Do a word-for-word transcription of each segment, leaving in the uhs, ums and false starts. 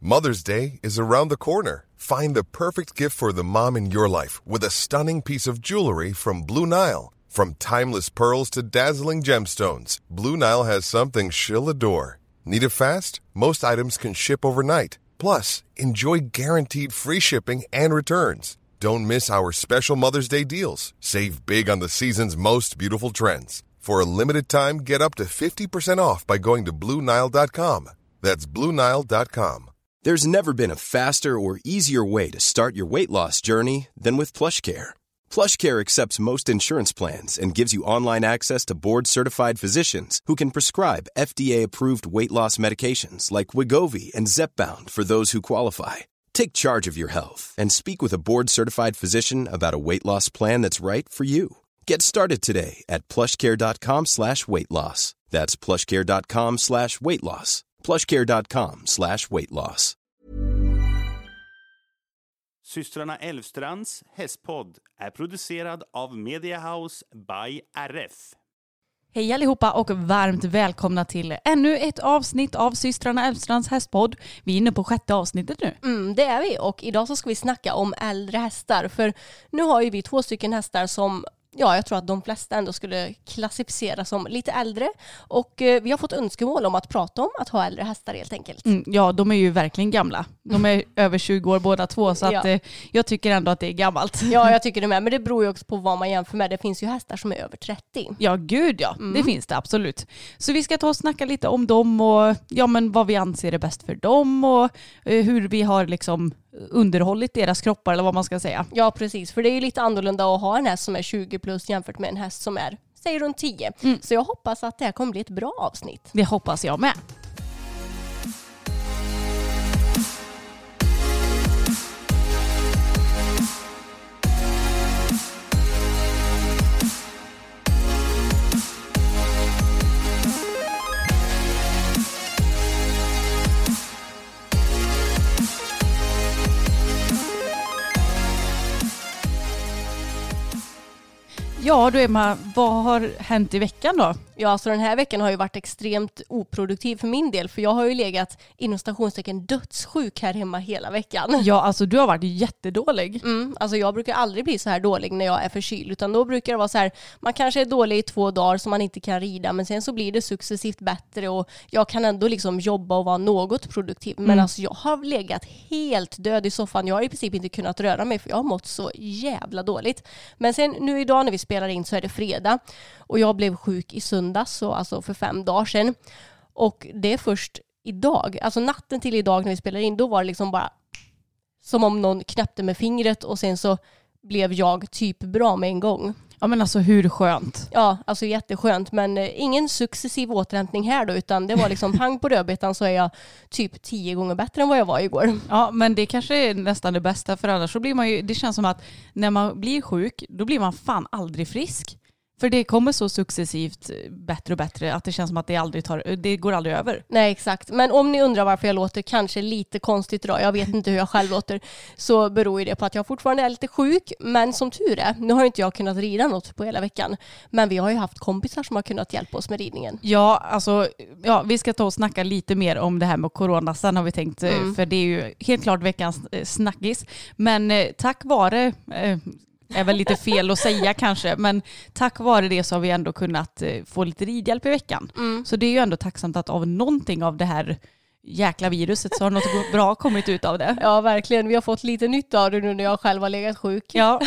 Mother's Day is around the corner. Find the perfect gift for the mom in your life with a stunning piece of jewelry from Blue Nile. From timeless pearls to dazzling gemstones, Blue Nile has something she'll adore. Need it fast? Most items can ship overnight. Plus, enjoy guaranteed free shipping and returns. Don't miss our special Mother's Day deals. Save big on the season's most beautiful trends. For a limited time, get up to fifty percent off by going to Blue Nile dot com. That's Blue Nile dot com. There's never been a faster or easier way to start your weight loss journey than with PlushCare. PlushCare accepts most insurance plans and gives you online access to board-certified physicians who can prescribe F D A-approved weight loss medications like Wegovy and Zepbound for those who qualify. Take charge of your health and speak with a board-certified physician about a weight loss plan that's right for you. Get started today at plushcare.com slash weight loss. That's plushcare.com slash weight loss. plushcare.com slash weight loss. Systrarna Elvstrands hästpodd är producerad av Media House by R F. Hej allihopa och varmt välkomna till ännu ett avsnitt av Systrarna Elvstrands hästpodd. Vi är inne på sjätte avsnittet nu. Mm, det är vi, och idag så ska vi snacka om äldre hästar. För nu har ju vi två stycken hästar som, ja, jag tror att de flesta ändå skulle klassificera som lite äldre. Och eh, vi har fått önskemål om att prata om att ha äldre hästar helt enkelt. Mm, ja, de är ju verkligen gamla. De är över tjugo år båda två, så att, ja. eh, jag tycker ändå att det är gammalt. Ja, jag tycker det med. Men det beror ju också på vad man jämför med. Det finns ju hästar som är över trettio. Ja, gud ja. Mm. Det finns det absolut. Så vi ska ta och snacka lite om dem och ja, men vad vi anser är bäst för dem och eh, hur vi har liksom underhållit deras kroppar, eller vad man ska säga. Ja, precis. För det är ju lite annorlunda att ha en häst som är tjugo plus jämfört med en häst som är, säg runt tio. Mm. Så jag hoppas att det här kommer bli ett bra avsnitt. Det hoppas jag med. Ja, då är man, vad har hänt i veckan då? Ja, så den här veckan har ju varit extremt oproduktiv för min del. För jag har ju legat inom stationstecken dödssjuk här hemma hela veckan. Ja, alltså du har varit jättedålig. Mm, alltså jag brukar aldrig bli så här dålig när jag är förkyld. Utan då brukar det vara så här, man kanske är dålig i två dagar så man inte kan rida. Men sen så blir det successivt bättre och jag kan ändå liksom jobba och vara något produktiv. Men mm. alltså jag har legat helt död i soffan. Jag har i princip inte kunnat röra mig för jag har mått så jävla dåligt. Men sen nu idag när vi spelar in så är det fredag. Och jag blev sjuk i söndags, så alltså för fem dagar sedan. Och det är först idag, alltså natten till idag när vi spelar in, då var det liksom bara som om någon knäppte med fingret och sen så blev jag typ bra med en gång. Ja, men alltså hur skönt? Ja, alltså jätteskönt, men eh, ingen successiv återhämtning här då, utan det var liksom pang på rödbetan så är jag typ tio gånger bättre än vad jag var igår. Ja, men det kanske är nästan det bästa, för annars så blir man ju, det känns som att när man blir sjuk, då blir man fan aldrig frisk. För det kommer så successivt bättre och bättre att det känns som att det aldrig tar, det går aldrig över. Nej, exakt. Men om ni undrar varför jag låter kanske lite konstigt idag, jag vet inte hur jag själv låter, så beror det på att jag fortfarande är lite sjuk. Men som tur är, nu har inte jag kunnat rida något på hela veckan. Men vi har ju haft kompisar som har kunnat hjälpa oss med ridningen. Ja, alltså, ja, vi ska ta och snacka lite mer om det här med corona sen har vi tänkt. Mm. För det är ju helt klart veckans snackis. Men eh, tack vare... Eh, är väl lite fel att säga kanske, men tack vare det så har vi ändå kunnat få lite ridhjälp i veckan. Mm. Så det är ju ändå tacksamt att av någonting av det här jäkla viruset så har något bra kommit ut av det. Ja, verkligen. Vi har fått lite nytta av det nu när jag själv har legat sjuk. Ja.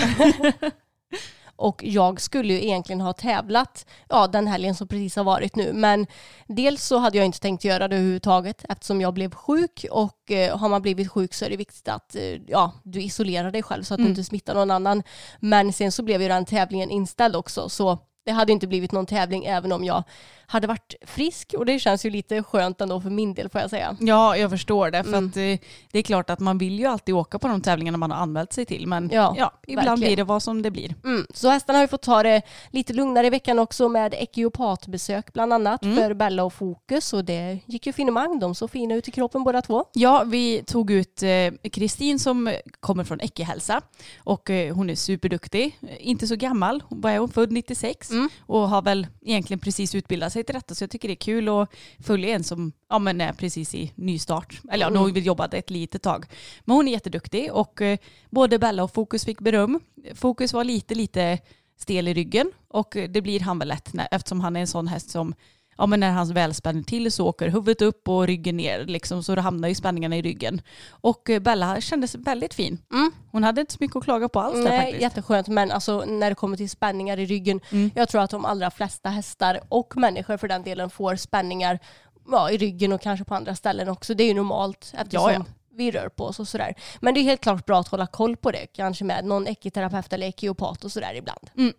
Och jag skulle ju egentligen ha tävlat ja, den helgen som precis har varit nu. Men dels så hade jag inte tänkt göra det överhuvudtaget eftersom jag blev sjuk. Och eh, har man blivit sjuk så är det viktigt att eh, ja, du isolerar dig själv så att mm. du inte smittar någon annan. Men sen så blev ju den tävlingen inställd också, så det hade inte blivit någon tävling även om jag hade varit frisk. Och det känns ju lite skönt ändå för min del, får jag säga. Ja, jag förstår det. För Mm. att det, det är klart att man vill ju alltid åka på de tävlingarna man har anmält sig till. Men Ja, ja, ibland verkligen. blir det vad som det blir. Mm. Så hästarna har ju fått ta det lite lugnare i veckan också med ekiopatbesök bland annat Mm. för Bella och Fokus. Och det gick ju finemang. De så fina ut i kroppen båda två. Ja, vi tog ut Kristin eh, som kommer från Ekihälsa. Och eh, hon är superduktig. Inte så gammal. Hon var hon född nittiosex. mm. och har väl egentligen precis utbildat sig till detta, så jag tycker det är kul att följa en som ja, men är precis i nystart. Eller ja, mm. då har vi jobbat ett litet tag. Men hon är jätteduktig och eh, både Bella och Fokus fick beröm. Fokus var lite, lite stel i ryggen och det blir han väl lätt när, eftersom han är en sån häst som ja, men när han väl spänner till så åker huvudet upp och ryggen ner liksom, så då hamnar ju spänningarna i ryggen. Och Bella kändes väldigt fin. Mm. Hon hade inte så mycket att klaga på alls. Nej, där faktiskt. Jätteskönt, men alltså, när det kommer till spänningar i ryggen, mm. jag tror att de allra flesta hästar och människor för den delen får spänningar ja, i ryggen och kanske på andra ställen också. Det är ju normalt eftersom ja, ja. vi rör på oss och sådär. Men det är helt klart bra att hålla koll på det, kanske med någon ekiterapeut eller ekiopat och sådär ibland. Mm.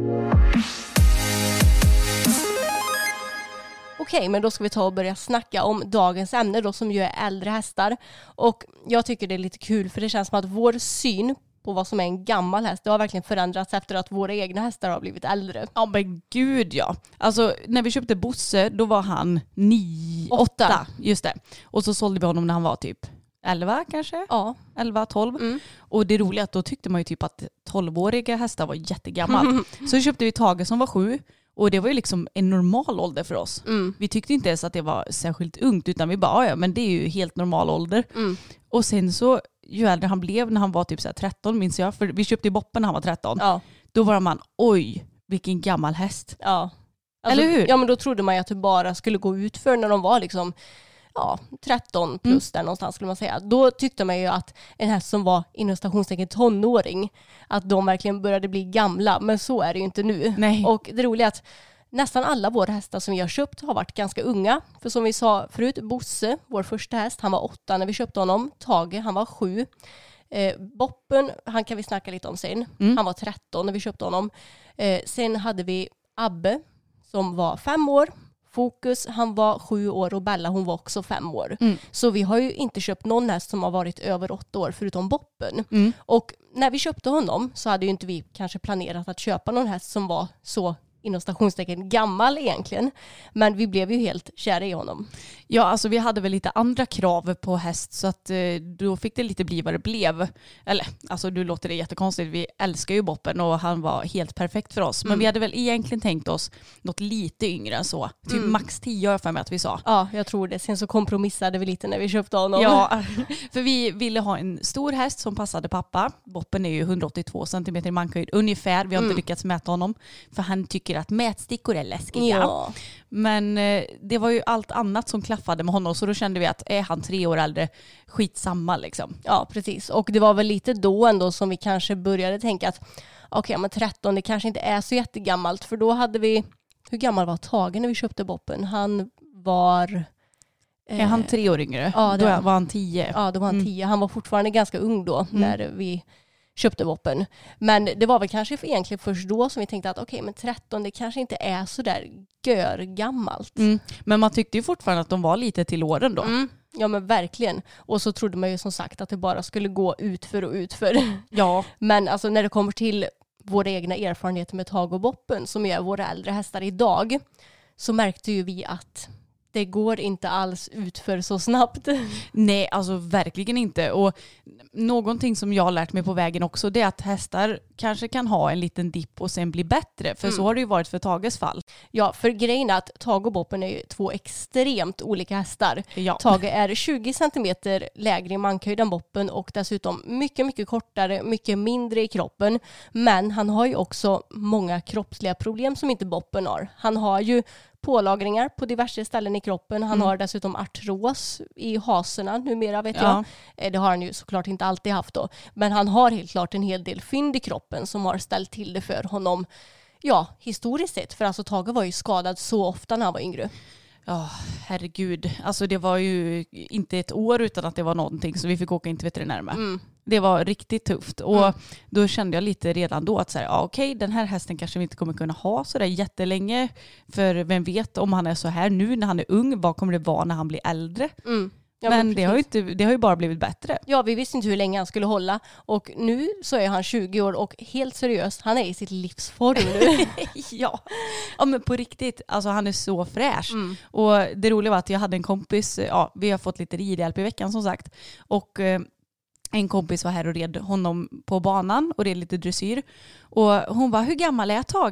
Okej, men då ska vi ta och börja snacka om dagens ämne då, som ju är äldre hästar. Och jag tycker det är lite kul för det känns som att vår syn på vad som är en gammal häst, det har verkligen förändrats efter att våra egna hästar har blivit äldre. Ja men gud ja. Alltså när vi köpte Bosse då var han nio, åtta. åtta. Just det. Och så sålde vi honom när han var typ elva kanske? Ja. elva tolv. Mm. Och det roliga är att då tyckte man ju typ att tolvåriga hästar var jättegammal. Mm. Så köpte vi Tage som var sju. Och det var ju liksom en normal ålder för oss. Mm. Vi tyckte inte ens att det var särskilt ungt, utan vi bara, ja men det är ju helt normal ålder. Mm. Och sen så, ju äldre han blev när han var typ så här tretton, minns jag. För vi köpte ju Boppen när han var tretton. Ja. Då var man, oj, vilken gammal häst. Ja. Alltså, eller hur? Ja, men då trodde man ju att det bara skulle gå ut för när de var liksom ja, tretton plus mm. där någonstans skulle man säga. Då tyckte man ju att en häst som var inom stationstecken tonåring, att de verkligen började bli gamla. Men så är det ju inte nu. Nej. Och det roliga är att nästan alla våra hästar som vi har köpt har varit ganska unga. För som vi sa förut, Bosse, vår första häst, han var åtta när vi köpte honom. Tage, han var sju. Eh, Boppen, han kan vi snacka lite om sen. Mm. Han var tretton när vi köpte honom. Eh, sen hade vi Abbe som var fem år. Fokus, han var sju år och Bella, hon var också fem år. Mm. Så vi har ju inte köpt någon häst som har varit över åtta år förutom Boppen. Mm. Och när vi köpte honom så hade ju inte vi kanske planerat att köpa någon häst som var så inom stationstecken gammal egentligen. Men vi blev ju helt kära i honom. Ja, alltså vi hade väl lite andra krav på häst så att eh, då fick det lite bli vad det blev. Eller, alltså du låter det jättekonstigt. Vi älskar ju Boppen och han var helt perfekt för oss. Men mm. vi hade väl egentligen tänkt oss något lite yngre än så. Typ mm. max tio för mig att vi sa. Ja, jag tror det. Sen så kompromissade vi lite när vi köpte honom. Ja, för vi ville ha en stor häst som passade pappa. Boppen är ju hundraåttiotvå centimeter i mankhöjd ungefär. Vi har mm. inte lyckats mäta honom. För han tycker att mätstickor är läskiga. Ja. Men eh, det var ju allt annat som klaffade med honom. Så då kände vi att är han tre år äldre, skitsamma liksom. Ja, precis. Och det var väl lite då ändå som vi kanske började tänka att okej, okay, men tretton, det kanske inte är så jättegammalt. För då hade vi, hur gammal var Tage när vi köpte Boppen? Han var... Eh, är han tre år yngre? Ja, då var han tio. Ja, då var han tio. Mm. Han var fortfarande ganska ung då mm. när vi köpte Boppen. Men det var väl kanske för egentligen först då som vi tänkte att okej, okay, men tretton, det kanske inte är så där görgammalt. Mm. Men man tyckte ju fortfarande att de var lite till åren då. Mm. Ja, men verkligen. Och så trodde man ju som sagt att det bara skulle gå ut för och ut för. Ja. Men alltså när det kommer till våra egna erfarenheter med Tage och Boppen, som är våra äldre hästar idag, så märkte ju vi att det går inte alls ut för så snabbt. Nej, alltså verkligen inte. Och någonting som jag har lärt mig på vägen också, det är att hästar kanske kan ha en liten dipp och sen bli bättre. För mm. så har det ju varit för Tages fall. Ja, för grejen är att Tage och Boppen är ju två extremt olika hästar. Ja. Tage är tjugo centimeter lägre i mankhöjd än Boppen och dessutom mycket, mycket kortare, mycket mindre i kroppen. Men han har ju också många kroppsliga problem som inte Boppen har. Han har ju pålagringar på diverse ställen i kroppen. Han mm. har dessutom artros i haserna numera, vet ja. jag. Det har han ju såklart inte alltid haft då. Men han har helt klart en hel del fynd i kroppen som har ställt till det för honom. Ja, historiskt sett. För alltså Tage var ju skadad så ofta när han var yngre. Ja, oh, herregud. Alltså det var ju inte ett år utan att det var någonting så vi fick åka in till veterinär med. Mm. Det var riktigt tufft. Och mm. då kände jag lite redan då att så här, ja, okej, den här hästen kanske vi inte kommer kunna ha så där jättelänge. För vem vet om han är så här nu när han är ung, vad kommer det vara när han blir äldre? Mm. Ja, men men det, har ju inte, det har ju bara blivit bättre. Ja, vi visste inte hur länge han skulle hålla. Och nu så är han tjugo år och helt seriöst, han är i sitt livsform nu. ja. ja, men på riktigt. Alltså han är så fräsch. Mm. Och det roliga var att jag hade en kompis, ja, vi har fått lite ridhjälp i veckan som sagt. Och eh, en kompis var här och red honom på banan och red lite dressyr. Och hon var, hur gammal är Tage?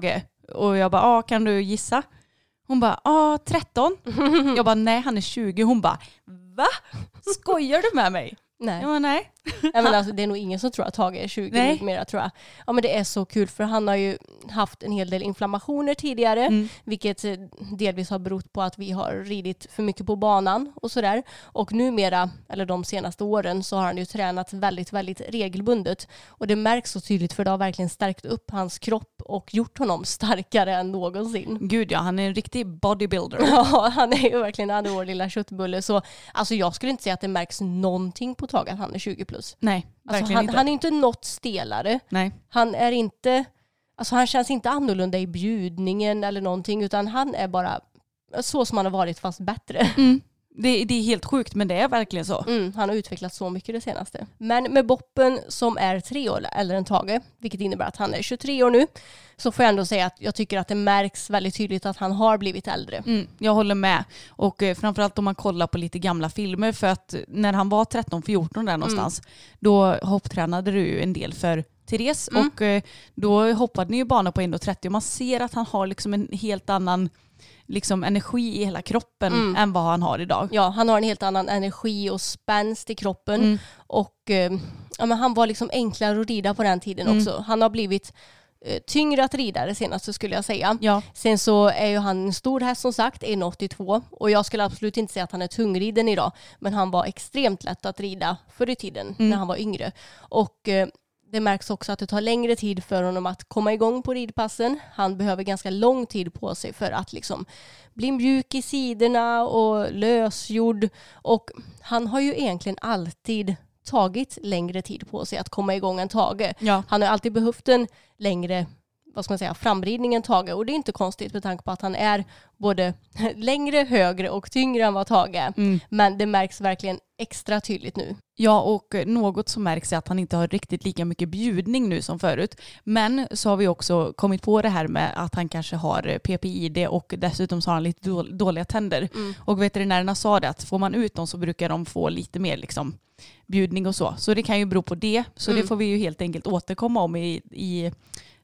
Och jag bara, ah, kan du gissa? Hon bara, ah, tretton. Jag bara, nej han är tjugo. Hon bara, va? Skojar du med mig? Nej. Jag bara, nej. Ja, men alltså, det är nog ingen som tror att Tage är tjugo mera, tror jag. Ja, men det är så kul för han har ju haft en hel del inflammationer tidigare, mm. vilket delvis har berott på att vi har ridit för mycket på banan och sådär. Och numera, eller de senaste åren, så har han ju tränat väldigt, väldigt regelbundet. Och det märks så tydligt för det har verkligen stärkt upp hans kropp och gjort honom starkare än någonsin. Gud ja, han är en riktig bodybuilder. Ja, han är ju verkligen han är vår lilla köttbulle. Så alltså, jag skulle inte säga att det märks någonting på Tage att han är tjugo plus. Nej, alltså, verkligen han, inte. Han är inte något stelare. Nej. Han är inte, alltså han känns inte annorlunda i bjudningen eller någonting, utan han är bara så som han har varit fast bättre. Mm. Det, det är helt sjukt, men det är verkligen så. Mm, han har utvecklats så mycket det senaste. Men med Boppen som är tre år eller en Tage, vilket innebär att han är tjugotre år nu, så får jag ändå säga att jag tycker att det märks väldigt tydligt att han har blivit äldre. Mm, jag håller med. Och eh, framförallt om man kollar på lite gamla filmer, för att när han var tretton fjorton där någonstans, mm. då hopptränade du ju en del för Therese mm. och eh, då hoppade ni ju bana på en trettio och man ser att han har liksom en helt annan liksom energi i hela kroppen mm. än vad han har idag. Ja, han har en helt annan energi och spänst i kroppen. Mm. Och eh, ja, men han var liksom enklare att rida på den tiden mm. också. Han har blivit eh, tyngre att rida det senaste skulle jag säga. Ja. Sen så är ju han en stor häst som sagt, en åttiotvå. Och jag skulle absolut inte säga att han är tungriden idag. Men han var extremt lätt att rida förr i tiden mm. när han var yngre. Och eh, det märks också att det tar längre tid för honom att komma igång på ridpassen. Han behöver ganska lång tid på sig för att liksom bli mjuk i sidorna och lösgjord. Och han har ju egentligen alltid tagit längre tid på sig att komma igång än Tage. Ja. Han har alltid behövt en längre, vad ska man säga, framridning än Tage. Och det är inte konstigt med tanke på att han är både längre, högre och tyngre än vad Tage är. Mm. Men det märks verkligen extra tydligt nu. Ja, och något som märks är att han inte har riktigt lika mycket bjudning nu som förut. Men så har vi också kommit på det här med att han kanske har P P I D och dessutom så har han lite dåliga tänder. Mm. Och veterinärerna sa det att får man ut dem så brukar de få lite mer liksom bjudning och så. Så det kan ju bero på det. Så mm. det får vi ju helt enkelt återkomma om i, i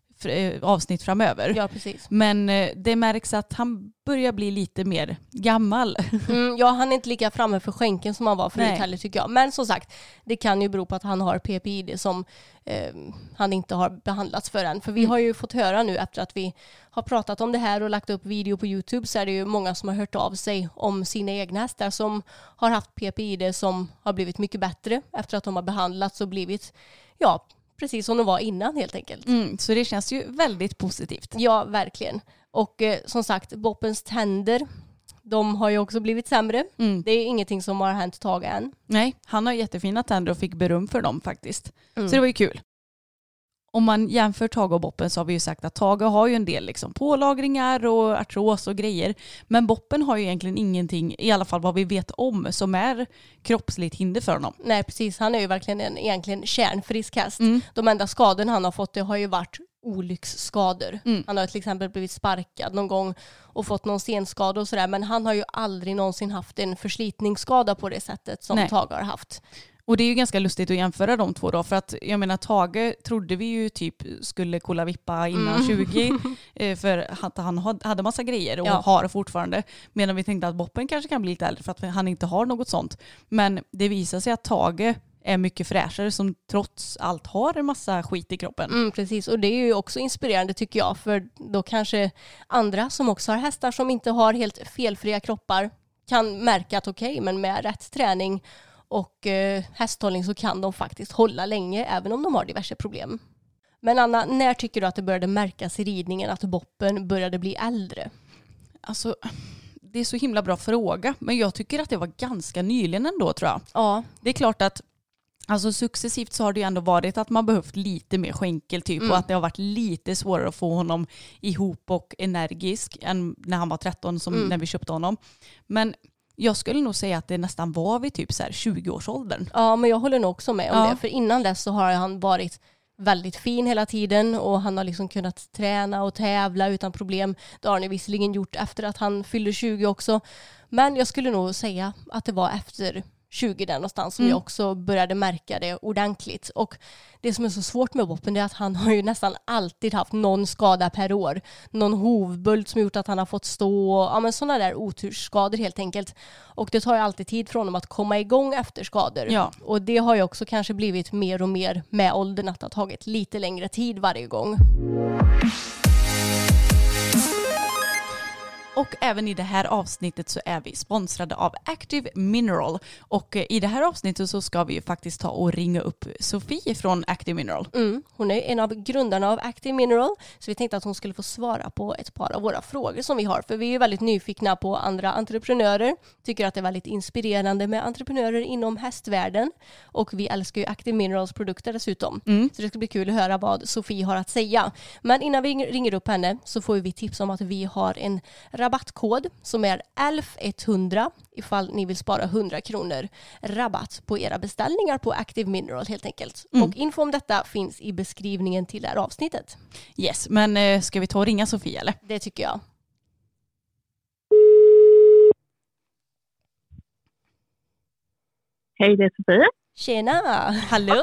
avsnitt framöver. Ja, precis. Men det märks att han börjar bli lite mer gammal. Mm, ja, han är inte lika framme för skänken som han var förut heller tycker jag. Men som sagt, det kan ju bero på att han har P P I D som eh, han inte har behandlats för än. För vi har ju fått höra nu efter att vi har pratat om det här och lagt upp video på YouTube, så är det ju många som har hört av sig om sina egna hästar som har haft P P I D som har blivit mycket bättre efter att de har behandlats och blivit, ja, precis som de var innan helt enkelt. Mm, så det känns ju väldigt positivt. Ja, verkligen. Och eh, som sagt, Boppens tänder, de har ju också blivit sämre. Mm. Det är ingenting som har hänt Tage än. Nej, han har jättefina tänder och fick beröm för dem faktiskt. Mm. Så det var ju kul. Om man jämför Tage och Boppen så har vi ju sagt att Tage har ju en del liksom pålagringar och artros och grejer. Men Boppen har ju egentligen ingenting, i alla fall vad vi vet om, som är kroppsligt hinder för honom. Nej, precis. Han är ju verkligen en egentligen kärnfrisk häst. Mm. De enda skadorna han har fått det har ju varit olycksskador. Mm. Han har till exempel blivit sparkad någon gång och fått någon senskada och sådär. Men han har ju aldrig någonsin haft en förslitningsskada på det sättet som Nej. Tage har haft. Och det är ju ganska lustigt att jämföra de två då, för att jag menar Tage trodde vi ju typ skulle kolla vippa innan mm. tjugo för att han hade massa grejer och ja. har fortfarande, medan vi tänkte att Boppen kanske kan bli lite äldre för att han inte har något sånt. Men det visar sig att Tage är mycket fräschare som trots allt har en massa skit i kroppen. Mm, precis, och det är ju också inspirerande tycker jag, för då kanske andra som också har hästar som inte har helt felfria kroppar kan märka att okej, okay, men med rätt träning och eh, hästhållning så kan de faktiskt hålla länge även om de har diverse problem. Men Anna, när tycker du att det började märkas i ridningen att Boppen började bli äldre? Alltså, det är så himla bra fråga, men jag tycker att det var ganska nyligen ändå tror jag. Ja. Det är klart att alltså successivt så har det ju ändå varit att man behövt lite mer skänkel typ mm. och att det har varit lite svårare att få honom ihop och energisk än när han var tretton som mm. när vi köpte honom. Men jag skulle nog säga att det nästan var vid typ så här tjugo-årsåldern. Ja, men jag håller nog också med om ja. det. För innan dess så har han varit väldigt fin hela tiden och han har liksom kunnat träna och tävla utan problem. Det har han visserligen gjort efter att han fyllde tjugo också. Men jag skulle nog säga att det var efter tjugo där någonstans som Mm. jag också började märka det ordentligt. Och det som är så svårt med Boppen är att han har ju nästan alltid haft någon skada per år. Någon hovbult som gjort att han har fått stå, ja men sådana där otursskador helt enkelt. Och det tar ju alltid tid för honom att komma igång efter skador. Ja. Och det har ju också kanske blivit mer och mer med åldern att det har tagit lite längre tid varje gång. Och även i det här avsnittet så är vi sponsrade av Active Mineral. Och i det här avsnittet så ska vi ju faktiskt ta och ringa upp Sofie från Active Mineral. Mm, hon är en av grundarna av Active Mineral, så vi tänkte att hon skulle få svara på ett par av våra frågor som vi har. För vi är ju väldigt nyfikna på andra entreprenörer, tycker att det är väldigt inspirerande med entreprenörer inom hästvärlden. Och vi älskar ju Active Minerals produkter dessutom. Mm. Så det ska bli kul att höra vad Sofie har att säga. Men innan vi ringer upp henne så får vi tips om att vi har en rabattkod som är L F hundra ifall ni vill spara hundra kronor rabatt på era beställningar på Active Mineral helt enkelt. Mm. Och info om detta finns i beskrivningen till det här avsnittet. Yes, men eh, ska vi ta och ringa Sofie eller? Det tycker jag. Hej, det är Sofie. Tjena! Hallå!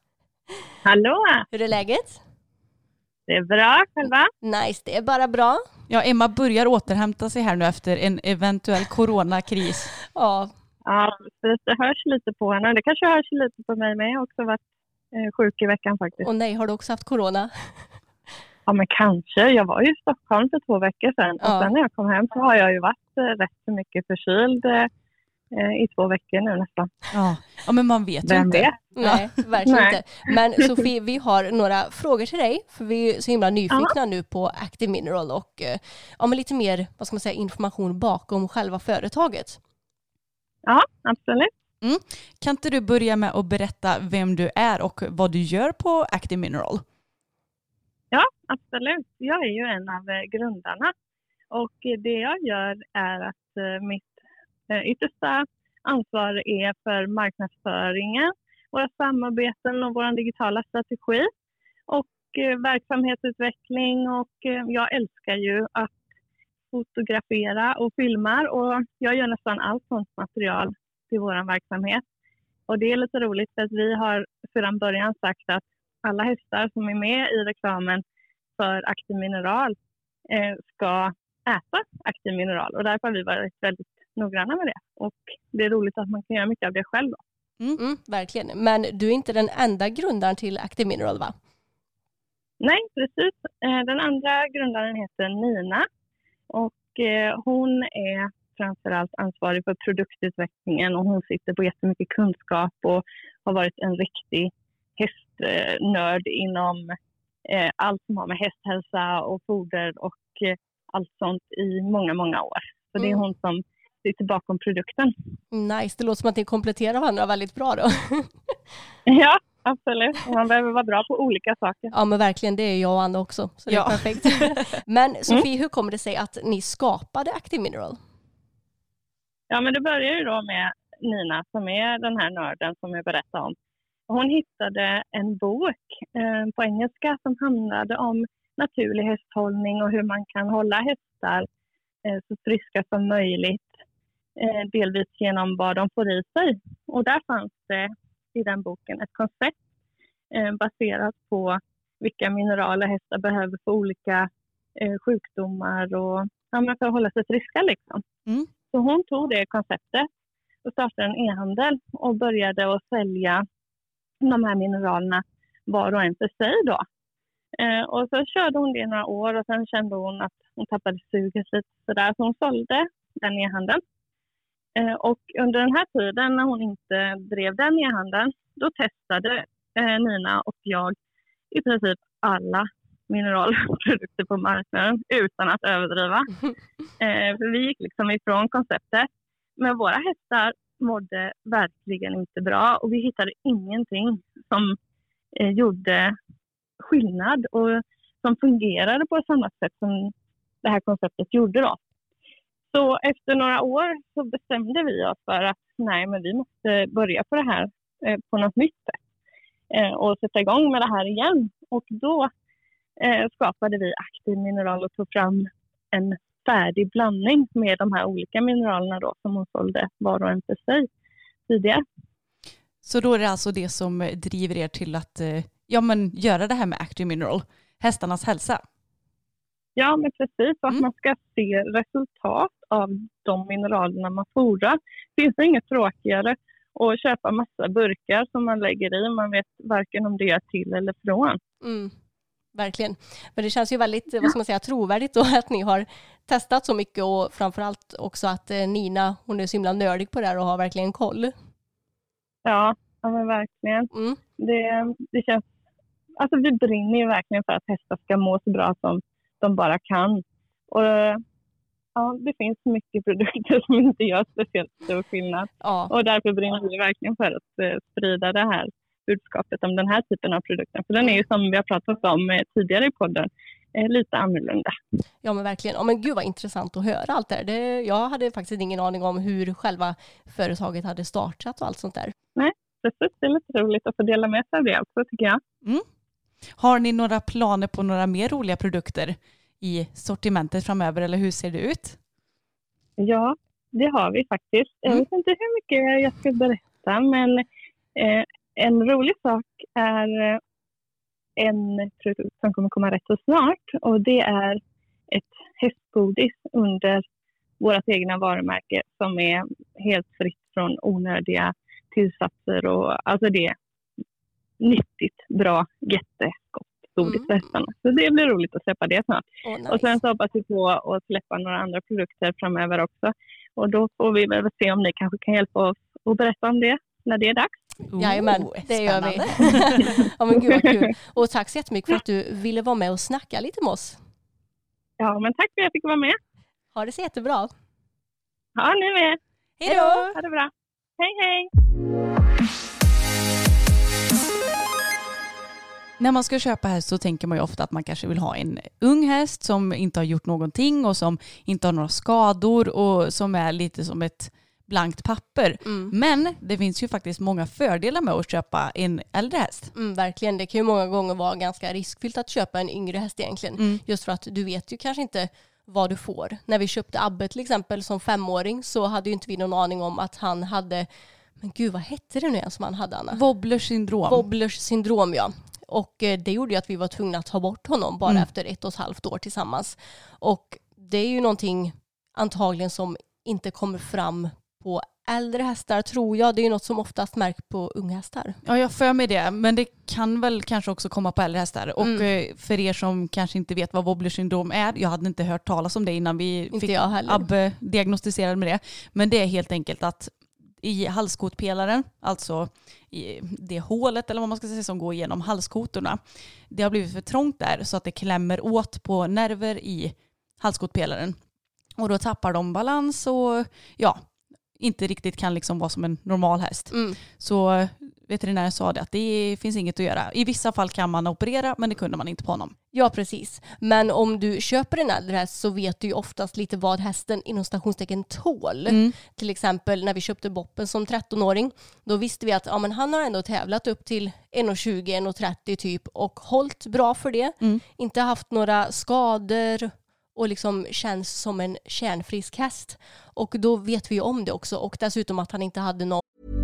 Hallå! Hur är läget? Det är bra själva. Nice, det är bara bra. Ja, Emma börjar återhämta sig här nu efter en eventuell coronakris. Ja, Ja, precis. Det hörs lite på henne. Det kanske hörs lite på mig med. Jag har också varit eh, sjuk i veckan faktiskt. och nej, har du också haft corona? Ja, men kanske. Jag var ju i Stockholm för två veckor sedan. Ja. Och sen när jag kom hem så har jag ju varit eh, rätt så mycket förkyld eh, i två veckor nu nästan. Ja, ja men man vet ju Vem inte. vet? Nej, verkligen Nej. inte. Men Sofie, vi har några frågor till dig. För vi är så himla nyfikna nu på Active Mineral och eh, ja, men lite mer, vad ska man säga, information bakom själva företaget. Ja, absolut. Kan inte du börja med att berätta vem du är och vad du gör på Active Mineral? Ja, absolut. Jag är ju en av eh, grundarna. Och eh, det jag gör är att eh, mitt eh, yttersta ansvar är för marknadsföringen, våra samarbeten och vår digitala strategi och eh, verksamhetsutveckling. Och eh, jag älskar ju att fotografera och filma och jag gör nästan allt sånt material till vår verksamhet. Och det är lite roligt för att vi har sedan början sagt att alla hästar som är med i reklamen för Active Mineral eh, ska äta Active Mineral. Och därför har vi varit väldigt noggranna med det. Och det är roligt att man kan göra mycket av det själv då. Mm, verkligen. Men du är inte den enda grundaren till Active Mineral, va? Nej, precis. Eh, den andra grundaren heter Nina. Och eh, hon är framförallt ansvarig för produktutvecklingen och hon sitter på jättemycket kunskap och har varit en riktig hästnörd inom eh, allt som har med hästhälsa och foder och eh, allt sånt i många, många år. Så det är Mm. hon som sitter bakom produkten. Nice, det låter som att ni kompletterar varandra väldigt bra då. Ja, absolut. Man behöver vara bra på olika saker. Ja, men verkligen, det är jag och Anna också. Så det Ja. är perfekt. Men Sofie, hur kommer det sig att ni skapade Active Mineral? Ja, men det börjar ju då med Nina som är den här nörden som jag berättade om. Hon hittade en bok eh, på engelska som handlade om naturlig hästhållning och hur man kan hålla hästar eh, så friska som möjligt. Eh, delvis genom vad de får i sig. Och där fanns det i den boken ett koncept eh, baserat på vilka mineraler hästar behöver för olika eh, sjukdomar och ja, man får hålla sig friska liksom. Mm. Så hon tog det konceptet och startade en e-handel och började att sälja de här mineralerna var och en för sig då. Eh, och så körde hon det i några år och sen kände hon att hon tappade suget lite sådär. Så hon sålde den e-handeln. Eh, och under den här tiden när hon inte drev den e-handeln då testade eh, Nina och jag i princip alla mineralprodukter på marknaden utan att överdriva. Eh, för vi gick liksom ifrån konceptet. Men våra hästar mådde verkligen inte bra och vi hittade ingenting som eh, gjorde skillnad och som fungerade på samma sätt som det här konceptet gjorde då. Så efter några år så bestämde vi oss för att nej, men vi måste börja på det här eh, på något nytt sätt eh, och sätta igång med det här igen. Och då eh, skapade vi Active Mineral och tog fram en färdig blandning med de här olika mineralerna då som hon sålde var och en för sig. tidigare. Så då är det alltså det som driver er till att ja, men göra det här med Active Mineral, hästarnas hälsa? Ja, men precis. Att Mm. man ska se resultat av de mineralerna man fodrar. Det finns inget tråkigare att köpa massa burkar som man lägger i. Man vet varken om det är till eller från. Mm. Verkligen. Men det känns ju väldigt, vad ska man säga, trovärdigt då att ni har testat så mycket och framförallt också att eh, Nina, hon är så himla nördig på det här och har verkligen koll. Ja, ja men verkligen. Mm. Det, det känns, alltså vi brinner ju verkligen för att hästar ska må så bra som de bara kan. Och ja, det finns mycket produkter som inte gör speciellt stor skillnad. Ja. Och därför brinner vi verkligen för att eh, sprida det här budskapet om den här typen av produkter. För den är ju, som vi har pratat om eh, tidigare i podden, eh, lite annorlunda. Ja men verkligen. Ja, men gud vad intressant att höra allt det här. Det, jag hade faktiskt ingen aning om hur själva företaget hade startat och allt sånt där. Nej, precis. Det är lite roligt att få dela med sig av det också, tycker jag. Mm. Har ni några planer på några mer roliga produkter i sortimentet framöver, eller hur ser det ut? Ja, det har vi faktiskt. Jag Mm. vet inte hur mycket jag ska berätta, men eh, en rolig sak är eh, en produkt som kommer komma rätt så snart, och det är ett hästgodis under vårt egna varumärke som är helt fritt från onödiga tillsatser, och alltså det är nyttigt, bra, jättegott godis för hästarna. Så det blir roligt att släppa det snart. Oh, nice. Och sen så hoppas vi på att släppa några andra produkter framöver också. Och då får vi väl se om ni kanske kan hjälpa oss att berätta om det när det är dags. Jajamän, Oh, det gör vi. spännande. Ja men gud vad kul. Och tack så jättemycket för att du ville vara med och snacka lite med oss. Ja, men tack för att jag fick vara med. Ha det så jättebra. Ja, ni med. Hej då! Ha det bra. Hej, hej! När man ska köpa häst så tänker man ju ofta att man kanske vill ha en ung häst som inte har gjort någonting och som inte har några skador och som är lite som ett blankt papper. Mm. Men det finns ju faktiskt många fördelar med att köpa en äldre häst. Mm, verkligen, det kan ju många gånger vara ganska riskfyllt att köpa en yngre häst egentligen. Mm. Just för att du vet ju kanske inte vad du får. När vi köpte Abbe till exempel som femåring så hade ju inte vi någon aning om att han hade, men gud vad hette det nu igen som han hade, Anna? Wobblers syndrom. Wobblers syndrom, ja. Och eh, det gjorde ju att vi var tvungna att ta bort honom bara Mm. efter ett och ett halvt år tillsammans. Och det är ju någonting antagligen som inte kommer fram på äldre hästar, tror jag. Det är ju något som oftast märks på unga hästar. Ja, jag för mig det. Men det kan väl kanske också komma på äldre hästar. Och Mm. eh, för er som kanske inte vet vad Wobblers syndrom är, jag hade inte hört talas om det innan vi Inte fick jag heller. Abbe diagnostiserad med det. Men det är helt enkelt att i halskotpelaren, alltså i det hålet eller vad man ska säga som går igenom halskotorna, det har blivit för trångt där så att det klämmer åt på nerver i halskotpelaren. Och då tappar de balans och ja, inte riktigt kan liksom vara som en normal häst. Mm. Så veterinären sa det att det finns inget att göra. I vissa fall kan man operera, men det kunde man inte på honom. Ja, precis. Men om du köper en äldre häst så vet du ju oftast lite vad hästen inom stationstecken tål. Mm. Till exempel när vi köpte Boppen som trettonåring, då visste vi att ja, men han har ändå tävlat upp till ett tjugo ett trettio typ och hållit bra för det. Mm. Inte haft några skador och liksom känns som en kärnfrisk häst. Och då vet vi ju om det också. Och dessutom att han inte hade någon.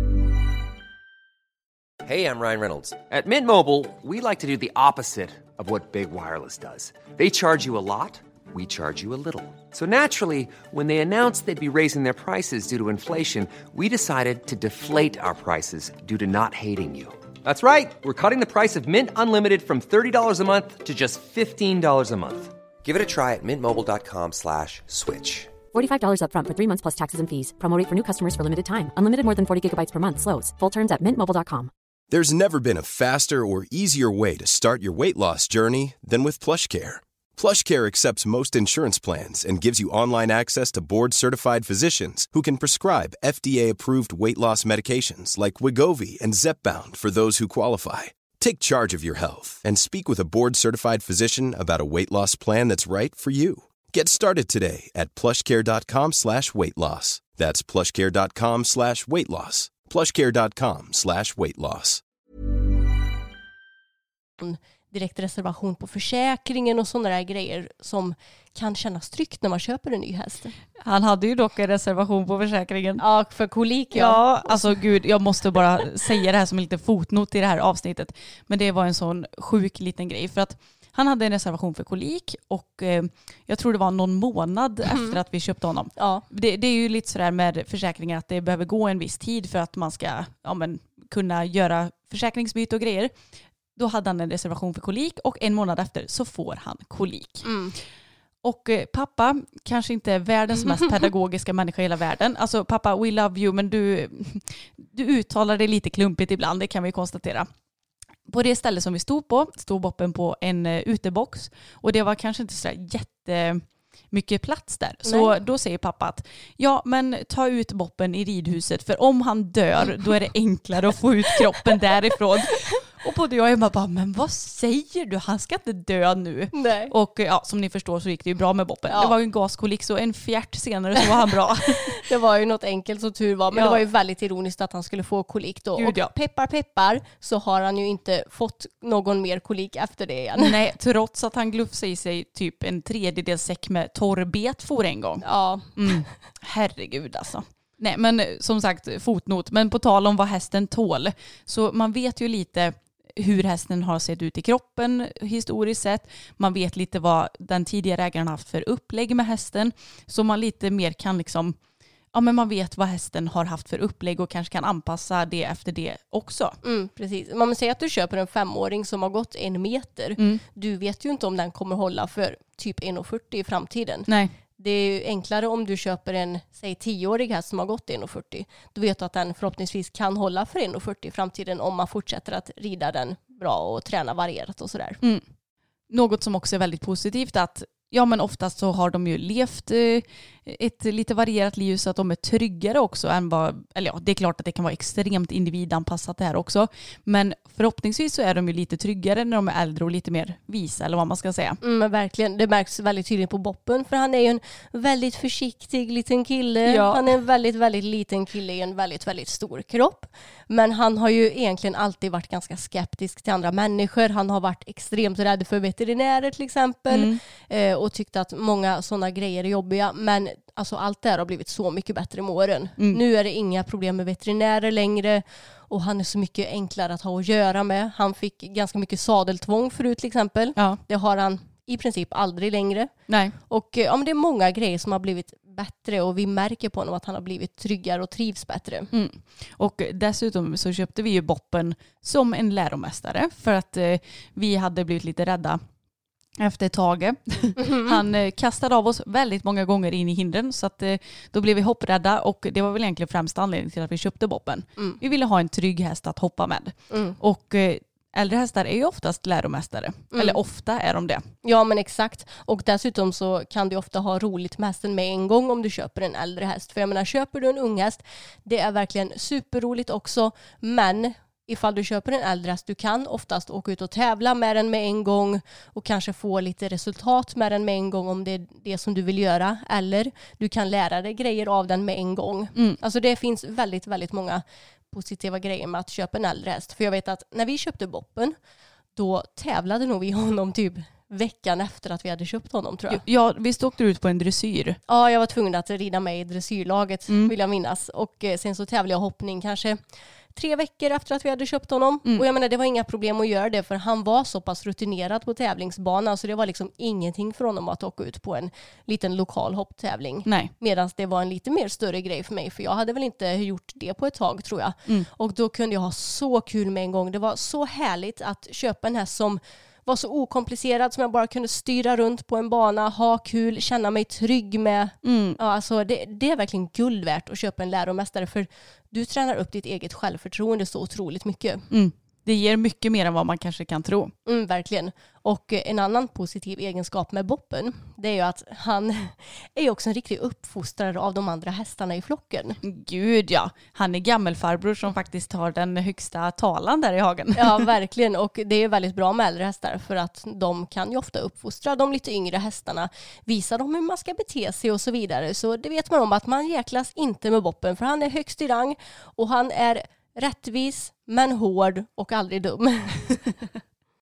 Hey, I'm Ryan Reynolds. At Mint Mobile, we like to do the opposite of what Big Wireless does. They charge you a lot, we charge you a little. So naturally, when they announced they'd be raising their prices due to inflation, we decided to deflate our prices due to not hating you. That's right. We're cutting the price of Mint Unlimited from thirty dollars a month to just fifteen dollars a month. Give it a try at mintmobile.com slash switch. forty-five dollars up front for three months plus taxes and fees. Promo rate for new customers for limited time. Unlimited more than forty gigabytes per month slows. Full terms at mint mobile dot com. There's never been a faster or easier way to start your weight loss journey than with PlushCare. PlushCare accepts most insurance plans and gives you online access to board-certified physicians who can prescribe F D A-approved weight loss medications like Wegovy and Zepbound for those who qualify. Take charge of your health and speak with a board-certified physician about a weight loss plan that's right for you. Get started today at plushcare.com slash weight loss. That's plushcare.com slash weight loss. plushcare.com slash weight loss. direkt reservation på försäkringen och sådana där grejer som kan kännas tryggt när man köper en ny häst. Han hade ju dock en reservation på försäkringen. Ja, för kolik. Ja, ja alltså gud, jag måste bara säga det här som en liten fotnot i det här avsnittet. Men det var en sån sjuk liten grej för att han hade en reservation för kolik och eh, jag tror det var någon månad mm. efter att vi köpte honom. Ja. Det, det är ju lite sådär med försäkringar att det behöver gå en viss tid för att man ska ja, men, kunna göra försäkringsbyte och grejer. Då hade han en reservation för kolik och en månad efter så får han kolik. Mm. Och eh, pappa kanske inte är världens mest pedagogiska människa i hela världen. Alltså pappa, we love you, men du, du uttalar det lite klumpigt ibland, det kan vi konstatera. På det ställe som vi stod på stod Boppen på en uh, utebox och det var kanske inte så jättemycket plats där. Så Nej. Då säger pappa att ja, men ta ut Boppen i ridhuset för om han dör då är det enklare att få ut kroppen därifrån. Och både jag och Emma bara, men vad säger du? Han ska inte dö nu. Nej. Och ja, som ni förstår så gick det ju bra med Boppen. Ja. Det var ju en gaskolik så en fjärt senare så var han bra. Det var ju något enkelt så tur var. Men ja. Det var ju väldigt ironiskt att han skulle få kolik då. Gud, och ja. peppar peppar så har han ju inte fått någon mer kolik efter det igen. Nej, trots att han glufsade i sig typ en tredjedel säck med torrbet for en gång. Ja. Mm. Herregud alltså. Nej, men som sagt, fotnot. Men på tal om vad hästen tål. Så man vet ju lite hur hästen har sett ut i kroppen historiskt sett. Man vet lite vad den tidigare ägaren haft för upplägg med hästen. Så man lite mer kan liksom, ja men man vet vad hästen har haft för upplägg och kanske kan anpassa det efter det också. Mm, precis. Man säger att du köper en femåring som har gått en meter. Mm. Du vet ju inte om den kommer hålla för typ en komma fyrtio i framtiden. Nej. Det är ju enklare om du köper en, säg tioårig häst som har gått en komma fyrtio. Då vet du att den förhoppningsvis kan hålla för en komma fyrtio i framtiden om man fortsätter att rida den bra och träna varierat och sådär. Mm. Något som också är väldigt positivt att ja men oftast så har de ju levt eh, ett lite varierat liv så att de är tryggare också än vad, eller ja det är klart att det kan vara extremt individanpassat det här också, men förhoppningsvis så är de ju lite tryggare när de är äldre och lite mer visa eller vad man ska säga. Mm, men verkligen, det märks väldigt tydligt på Boppen för han är ju en väldigt försiktig liten kille. Ja. Han är en väldigt, väldigt liten kille i en väldigt, väldigt stor kropp. Men han har ju egentligen alltid varit ganska skeptisk till andra människor. Han har varit extremt rädd för veterinärer till exempel. Mm. Eh, och tyckt att många sådana grejer är jobbiga. Men alltså, allt det här har blivit så mycket bättre med åren. Mm. Nu är det inga problem med veterinärer längre. Och han är så mycket enklare att ha att göra med. Han fick ganska mycket sadeltvång förut till exempel. Ja. Det har han i princip aldrig längre. Nej. Och ja, men det är många grejer som har blivit bättre och vi märker på honom att han har blivit tryggare och trivs bättre. Mm. Och dessutom så köpte vi ju Boppen som en läromästare för att eh, vi hade blivit lite rädda efter Tage. Mm-hmm. Han eh, kastade av oss väldigt många gånger in i hindren så att eh, då blev vi hopprädda och det var väl egentligen främst anledningen till att vi köpte Boppen. Mm. Vi ville ha en trygg häst att hoppa med. Mm. Och eh, äldre hästar är ju oftast läromästare. Mm. Eller ofta är de det. Ja men exakt. Och dessutom så kan du ofta ha roligt med hästen med en gång om du köper en äldre häst. För jag menar, köper du en ung häst, det är verkligen superroligt också. Men ifall du köper en äldre häst, du kan oftast åka ut och tävla med den med en gång. Och kanske få lite resultat med den med en gång om det är det som du vill göra. Eller du kan lära dig grejer av den med en gång. Mm. Alltså det finns väldigt, väldigt många positiva grejer med att köpa en äldre häst. För jag vet att när vi köpte Boppen, då tävlade nog vi honom typ veckan efter att vi hade köpt honom tror jag. Ja, vi stod ut på en dressyr. Ja, jag var tvungen att rida med i dressyrlaget mm. vill jag minnas. Och eh, sen så tävlade jag hoppning kanske tre veckor efter att vi hade köpt honom. Mm. Och jag menar, det var inga problem att göra det för han var så pass rutinerad på tävlingsbanan så det var liksom ingenting för honom att åka ut på en liten lokal hopptävling. Nej. Medan det var en lite mer större grej för mig för jag hade väl inte gjort det på ett tag tror jag. Mm. Och då kunde jag ha så kul med en gång. Det var så härligt att köpa en häst som var så okomplicerad som jag bara kunde styra runt på en bana, ha kul, känna mig trygg med. Mm. Ja, alltså det, det är verkligen guld värt att köpa en läromästare för du tränar upp ditt eget självförtroende så otroligt mycket. Mm. Det ger mycket mer än vad man kanske kan tro. Mm, verkligen. Och en annan positiv egenskap med Boppen, det är ju att han är också en riktig uppfostrare av de andra hästarna i flocken. Gud ja, han är gammelfarbror som faktiskt har den högsta talan där i hagen. Ja, verkligen. Och det är väldigt bra med äldre hästar för att de kan ju ofta uppfostra de lite yngre hästarna, visa dem hur man ska bete sig och så vidare. Så det vet man om att man jäklas inte med Boppen för han är högst i rang och han är rättvis men hård och aldrig dum.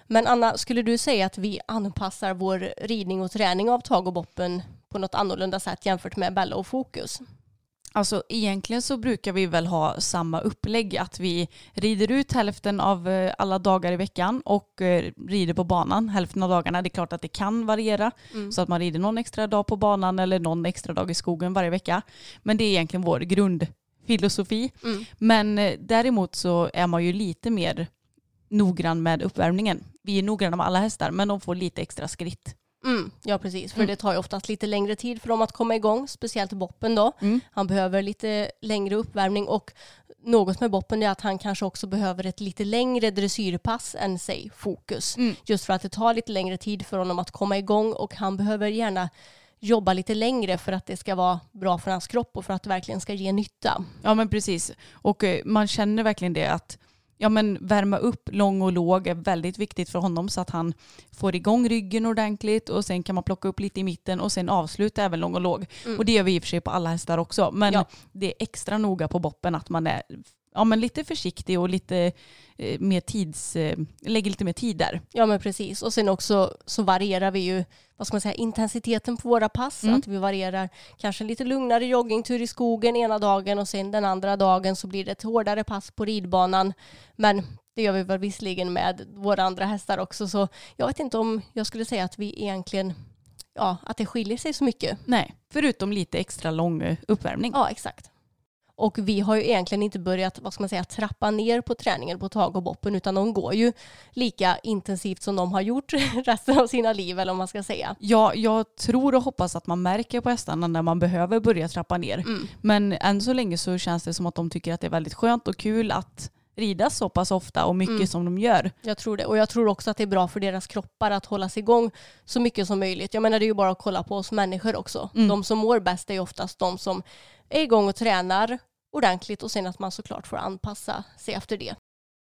Men Anna, skulle du säga att vi anpassar vår ridning och träning av tag och boppen på något annorlunda sätt jämfört med Bella och Fokus? Alltså egentligen så brukar vi väl ha samma upplägg, att vi rider ut hälften av alla dagar i veckan och rider på banan hälften av dagarna. Det är klart att det kan variera mm. så att man rider någon extra dag på banan eller någon extra dag i skogen varje vecka. Men det är egentligen vår grundfilosofi. Mm. Men däremot så är man ju lite mer noggrann med uppvärmningen. Vi är noggranna med alla hästar, men de får lite extra skritt. Mm, ja, precis. För mm. det tar ju oftast lite längre tid för dem att komma igång. Speciellt boppen då. Mm. Han behöver lite längre uppvärmning. Och något med boppen är att han kanske också behöver ett lite längre dressyrpass än sig Fokus. Mm. Just för att det tar lite längre tid för honom att komma igång. Och han behöver gärna jobba lite längre för att det ska vara bra för hans kropp och för att det verkligen ska ge nytta. Ja, men precis. Och man känner verkligen det att ja, men värma upp lång och låg är väldigt viktigt för honom så att han får igång ryggen ordentligt och sen kan man plocka upp lite i mitten och sen avsluta även lång och låg. Mm. Och det gör vi i och för sig på alla hästar också. Men ja. det är extra noga på boppen att man är ja, men lite försiktig och lite eh, mer tids, eh, lägger lite mer tid där. Ja, men precis. Och sen också så varierar vi ju, vad ska man säga, intensiteten på våra pass. Mm. Att vi varierar kanske lite lugnare joggingtur i skogen ena dagen och sen den andra dagen så blir det ett hårdare pass på ridbanan. Men det gör vi väl visserligen med våra andra hästar också. Så jag vet inte om jag skulle säga att vi egentligen, ja, att det skiljer sig så mycket. Nej, förutom lite extra lång uppvärmning. Ja, exakt. Och vi har ju egentligen inte börjat, vad ska man säga, trappa ner på träningen på tag och boppen, utan de går ju lika intensivt som de har gjort resten av sina liv, eller om man ska säga. Ja, jag tror och hoppas att man märker på hästarna när man behöver börja trappa ner. Mm. Men än så länge så känns det som att de tycker att det är väldigt skönt och kul att rida så pass ofta och mycket mm. som de gör. Jag tror det. Och jag tror också att det är bra för deras kroppar att hålla sig igång så mycket som möjligt. Jag menar, det är ju bara att kolla på oss människor också. Mm. De som mår bäst är ju oftast de som är igång och tränar ordentligt och sen att man såklart får anpassa sig efter det.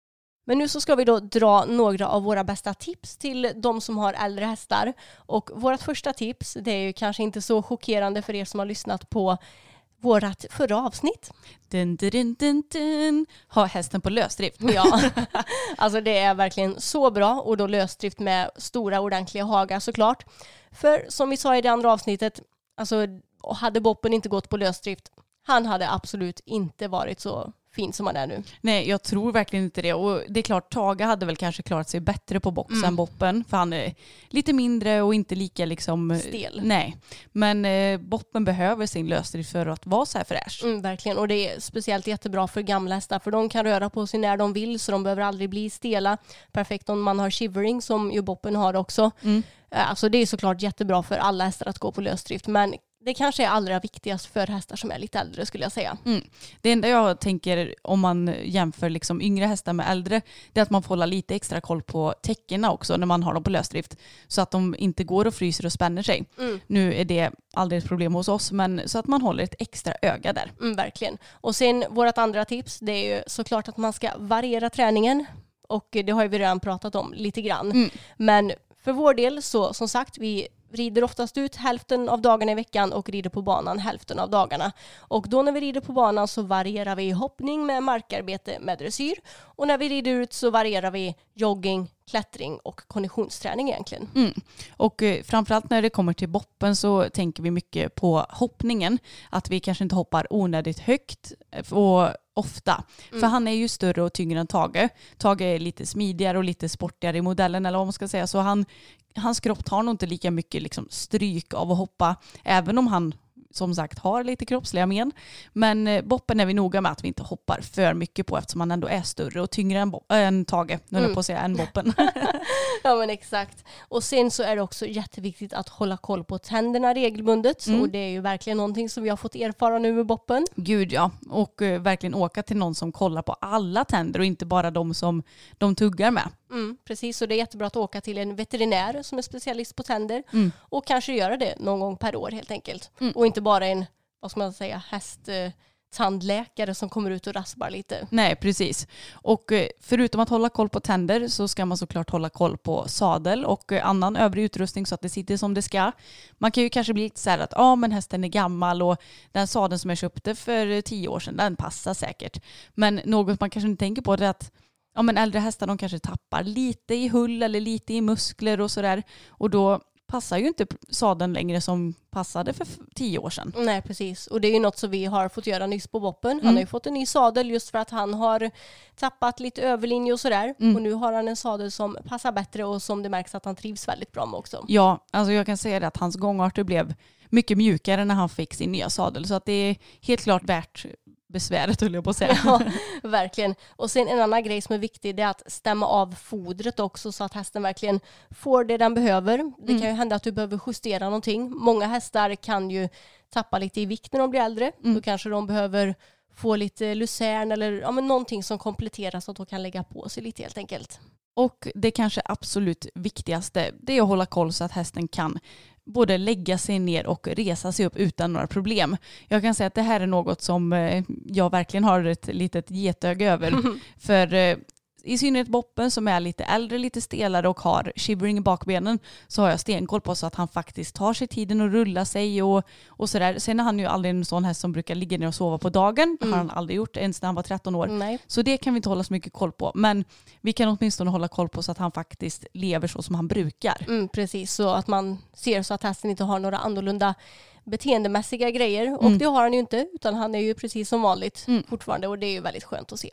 Men nu så ska vi då dra några av våra bästa tips till de som har äldre hästar. Och vårt första tips, det är ju kanske inte så chockerande för er som har lyssnat på vårat förra avsnitt. Dun, dun, dun, dun. Ha hästen på lösdrift. Ja, alltså det är verkligen så bra. Och då lösdrift med stora ordentliga hagar såklart. För som vi sa i det andra avsnittet, alltså hade boppen inte gått på lösdrift, han hade absolut inte varit så fin som han är nu. Nej, jag tror verkligen inte det. Och det är klart, Tage hade väl kanske klarat sig bättre på box mm. än boppen. För han är lite mindre och inte lika liksom stel. Nej, men eh, boppen behöver sin lösdrift för att vara så här fräsch. Mm, verkligen, och det är speciellt jättebra för gamla hästar. För de kan röra på sig när de vill, så de behöver aldrig bli stela. Perfekt om man har shivering, som ju boppen har också. Mm. Alltså det är såklart jättebra för alla hästar att gå på lösdrift. Men det kanske är allra viktigast för hästar som är lite äldre, skulle jag säga. Mm. Det enda jag tänker om man jämför liksom yngre hästar med äldre, det är att man får hålla lite extra koll på täckena också när man har dem på lösdrift. Så att de inte går och fryser och spänner sig. Mm. Nu är det aldrig ett problem hos oss, men så att man håller ett extra öga där. Mm, verkligen. Och sen vårt andra tips, det är ju såklart att man ska variera träningen. Och det har vi redan pratat om lite grann. Mm. Men för vår del så, som sagt, vi rider oftast ut hälften av dagarna i veckan och rider på banan hälften av dagarna. Och då när vi rider på banan så varierar vi hoppning med markarbete med dressyr. Och när vi rider ut så varierar vi jogging, klättring och konditionsträning egentligen. Mm. Och eh, framförallt när det kommer till boppen så tänker vi mycket på hoppningen. Att vi kanske inte hoppar onödigt högt och ofta. Mm. För han är ju större och tyngre än Tage. Tage är lite smidigare och lite sportigare i modellen, eller vad man ska säga. Så han, hans kropp tar nog inte lika mycket liksom stryk av att hoppa. Även om han som sagt har lite kroppsliga men. Men eh, boppen är vi noga med att vi inte hoppar för mycket på, eftersom han ändå är större och tyngre än, bo- äh, än Tage. Nu höll jag på att säga än boppen. Ja, men exakt. Och sen så är det också jätteviktigt att hålla koll på tänderna regelbundet. Mm. Och det är ju verkligen någonting som vi har fått erfara nu med boppen. Gud ja. Och uh, verkligen åka till någon som kollar på alla tänder och inte bara de som de tuggar med. Mm, precis, och det är jättebra att åka till en veterinär som är specialist på tänder. Mm. Och kanske göra det någon gång per år helt enkelt. Mm. Och inte bara en, vad ska man säga, häst... tandläkare som kommer ut och raspar lite. Nej, precis. Och förutom att hålla koll på tänder så ska man såklart hålla koll på sadel och annan övrig utrustning så att det sitter som det ska. Man kan ju kanske bli lite så här att ja, men hästen är gammal och den sadeln som jag köpte för tio år sedan, den passar säkert. Men något man kanske inte tänker på är att ja, men äldre hästar de kanske tappar lite i hull eller lite i muskler och sådär. Och då passar ju inte sadeln längre som passade för tio år sedan. Nej, precis. Och det är ju något som vi har fått göra nyss på Boppen. Han Mm. har ju fått en ny sadel just för att han har tappat lite överlinje och sådär. Mm. Och nu har han en sadel som passar bättre och som det märks att han trivs väldigt bra med också. Ja, alltså jag kan säga det att hans gångarter blev mycket mjukare när han fick sin nya sadel. Så att det är helt klart värt besväret, höll jag på att säga. Ja, verkligen. Och sen en annan grej som är viktig, det är att stämma av fodret också så att hästen verkligen får det den behöver. Det Mm. kan ju hända att du behöver justera någonting. Många hästar kan ju tappa lite i vikt när de blir äldre. Mm. Då kanske de behöver få lite lucern eller ja, men någonting som kompletterar så att de kan lägga på sig lite helt enkelt. Och det kanske absolut viktigaste, det är att hålla koll så att hästen kan både lägga sig ner och resa sig upp utan några problem. Jag kan säga att det här är något som eh, jag verkligen har ett litet getöga över. För eh, i synnerhet Boppen som är lite äldre, lite stelare och har shivering i bakbenen, så har jag stenkoll på så att han faktiskt tar sig tiden och rullar sig och, och sådär. Sen är han ju aldrig en sån häst som brukar ligga ner och sova på dagen. Det har Mm. han aldrig gjort ens när han var tretton år. Nej. Så det kan vi inte hålla så mycket koll på. Men vi kan åtminstone hålla koll på så att han faktiskt lever så som han brukar. Mm, precis, så att man ser så att hästen inte har några annorlunda beteendemässiga grejer. Och Mm. det har han ju inte, utan han är ju precis som vanligt Mm. fortfarande och det är ju väldigt skönt att se.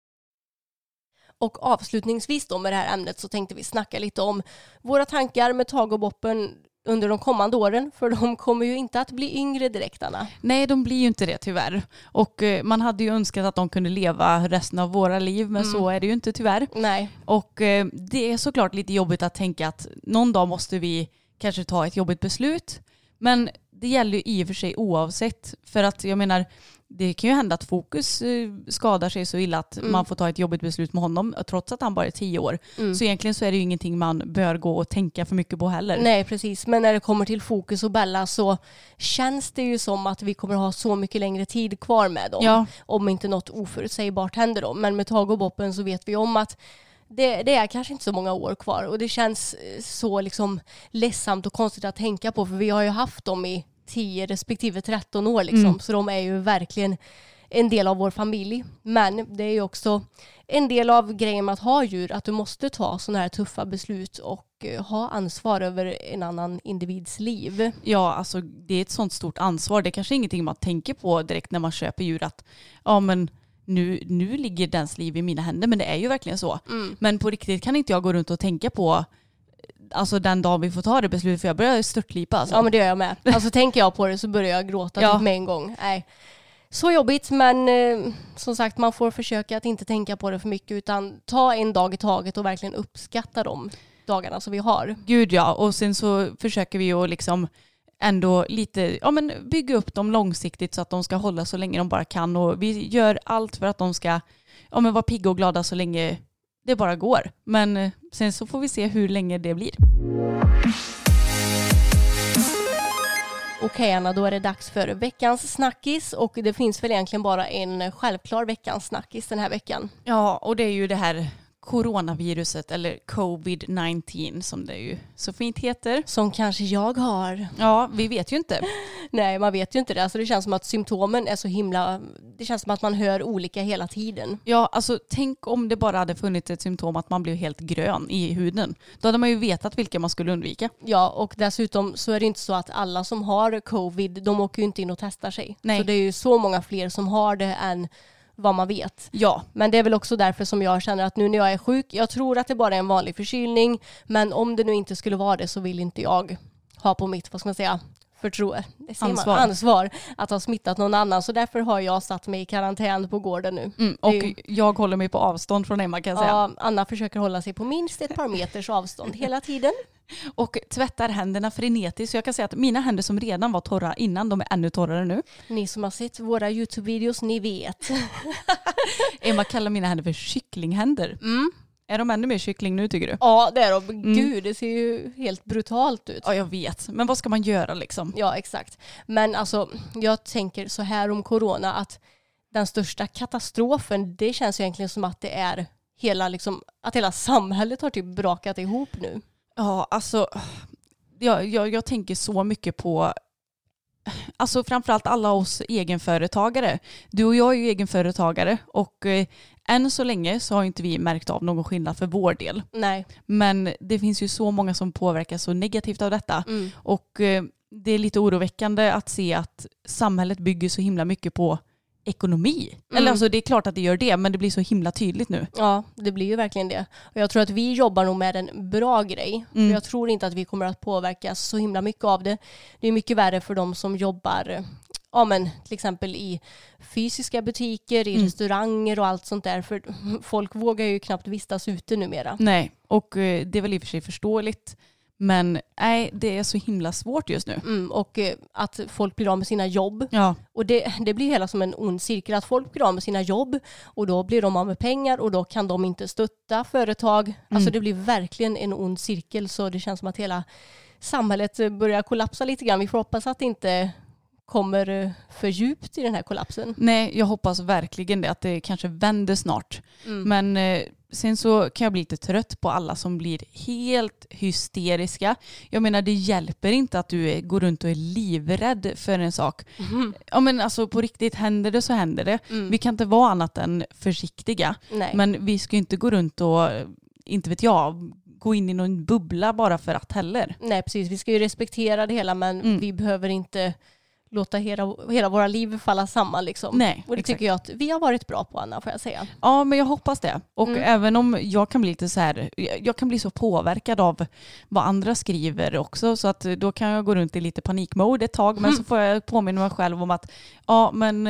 Och avslutningsvis då med det här ämnet så tänkte vi snacka lite om våra tankar med Tage och Boppen under de kommande åren. För de kommer ju inte att bli yngre direkt, Anna. Nej, de blir ju inte det tyvärr. Och eh, man hade ju önskat att de kunde leva resten av våra liv, men Mm. så är det ju inte tyvärr. Nej. Och eh, det är såklart lite jobbigt att tänka att någon dag måste vi kanske ta ett jobbigt beslut. Men det gäller ju i och för sig oavsett. För att jag menar, det kan ju hända att Fokus eh, skadar sig så illa att Mm. man får ta ett jobbigt beslut med honom trots att han bara är tio år. Mm. Så egentligen så är det ju ingenting man bör gå och tänka för mycket på heller. Nej, precis. Men när det kommer till Fokus och Bella så känns det ju som att vi kommer ha så mycket längre tid kvar med dem. Ja. Om inte något oförutsägbart händer då. Men med Tage och Boppen så vet vi om att det, det är kanske inte så många år kvar. Och det känns så liksom ledsamt och konstigt att tänka på. För vi har ju haft dem i tio respektive tretton år liksom. Mm. Så de är ju verkligen en del av vår familj. Men det är ju också en del av grejen med att ha djur, att du måste ta sådana här tuffa beslut och eh, ha ansvar över en annan individs liv. Ja, alltså det är ett sånt stort ansvar. Det är kanske ingenting man tänker på direkt när man köper djur att ja, men nu, nu ligger dens liv i mina händer, men det är ju verkligen så. Mm. Men på riktigt kan inte jag gå runt och tänka på alltså den dag vi får ta det beslutet, för jag börjar störtlipa. Alltså. Ja, men det gör jag med. Alltså tänker jag på det så börjar jag gråta Ja. typ med en gång. Nej. Så jobbigt, men eh, som sagt, man får försöka att inte tänka på det för mycket utan ta en dag i taget och verkligen uppskatta de dagarna som vi har. Gud ja, och sen så försöker vi ju liksom ändå lite ja, men bygga upp dem långsiktigt så att de ska hålla så länge de bara kan, och vi gör allt för att de ska ja, men vara pigga och glada så länge det bara går. Men eh, sen så får vi se hur länge det blir. Okej Anna, då är det dags för veckans snackis och det finns väl egentligen bara en självklar veckans snackis den här veckan. Ja, och det är ju det här coronaviruset eller covid nitton som det ju så fint heter. Som kanske jag har. Ja, vi vet ju inte. Nej, man vet ju inte det. Alltså det känns som att symptomen är så himla... Det känns som att man hör olika hela tiden. Ja, alltså tänk om det bara hade funnits ett symptom att man blev helt grön i huden. Då hade man ju vetat vilka man skulle undvika. Ja, och dessutom så är det inte så att alla som har covid, de åker ju inte in och testar sig. Nej. Så det är ju så många fler som har det än vad man vet. Ja, Men det är väl också därför som jag känner att nu när jag är sjuk, jag tror att det bara är en vanlig förkylning, men om det nu inte skulle vara det så vill inte jag ha på mitt, vad ska man säga, förtroende, det säger Ansvar. man, ansvar att ha smittat någon annan. Så därför har jag satt mig i karantän på gården nu. mm, och Det är ju- jag håller mig på avstånd från Emma kan jag säga. Ja, Anna försöker hålla sig på minst ett par meters avstånd hela tiden. Och tvättar händerna frenetiskt. Så jag kan säga att mina händer som redan var torra innan, de är ännu torrare nu. Ni som har sett våra YouTube-videos, ni vet. Emma kallar mina händer för kycklinghänder. Mm. Är de ännu mer kyckling nu tycker du? Ja, det är de. Gud, det ser ju helt brutalt ut. Ja, jag vet. Men vad ska man göra liksom? Ja, exakt. Men alltså, jag tänker så här om corona att den största katastrofen, det känns ju egentligen som att det är hela, liksom, att hela samhället har typ brakat ihop nu. Ja, alltså jag, jag, jag tänker så mycket på alltså framförallt alla oss egenföretagare. Du och jag är ju egenföretagare och eh, än så länge så har inte vi märkt av någon skillnad för vår del. Nej. Men det finns ju så många som påverkas så negativt av detta. Mm. Och eh, det är lite oroväckande att se att samhället bygger så himla mycket på ekonomi. Mm. Eller alltså det är klart att det gör det, men det blir så himla tydligt nu. Ja, det blir ju verkligen det. Och jag tror att vi jobbar nog med en bra grej. Mm. För jag tror inte att vi kommer att påverkas så himla mycket av det. Det är mycket värre för de som jobbar, ja men till exempel i fysiska butiker, i mm. restauranger och allt sånt där. För folk vågar ju knappt vistas ute numera. Nej, och eh, det är väl i och för sig förståeligt. Men nej, det är så himla svårt just nu. Mm, och eh, att folk blir av med sina jobb. Ja. Och det, det blir hela som en ond cirkel. Att folk blir av med sina jobb och då blir de av med pengar och då kan de inte stötta företag. Mm. Alltså det blir verkligen en ond cirkel, så det känns som att hela samhället börjar kollapsa lite grann. Vi får hoppas att det inte kommer för djupt i den här kollapsen. Nej, jag hoppas verkligen det, att det kanske vänder snart. Mm. Men eh, sen så kan jag bli lite trött på alla som blir helt hysteriska. Jag menar, det hjälper inte att du är, går runt och är livrädd för en sak. Mm. Ja, men alltså på riktigt, händer det så händer det. Mm. Vi kan inte vara annat än försiktiga. Nej. Men vi ska inte gå runt och, inte vet jag, gå in i någon bubbla bara för att heller. Nej, precis. Vi ska ju respektera det hela, men mm. vi behöver inte låta hela, hela våra liv falla samman liksom. Nej, och det exakt. tycker jag att vi har varit bra på, Anna, får jag säga. Ja, men jag hoppas det. Och Mm. även om jag kan bli lite så här, jag kan bli så påverkad av vad andra skriver också, så att då kan jag gå runt i lite panikmode ett tag, men Mm. så får jag påminna mig själv om att ja, men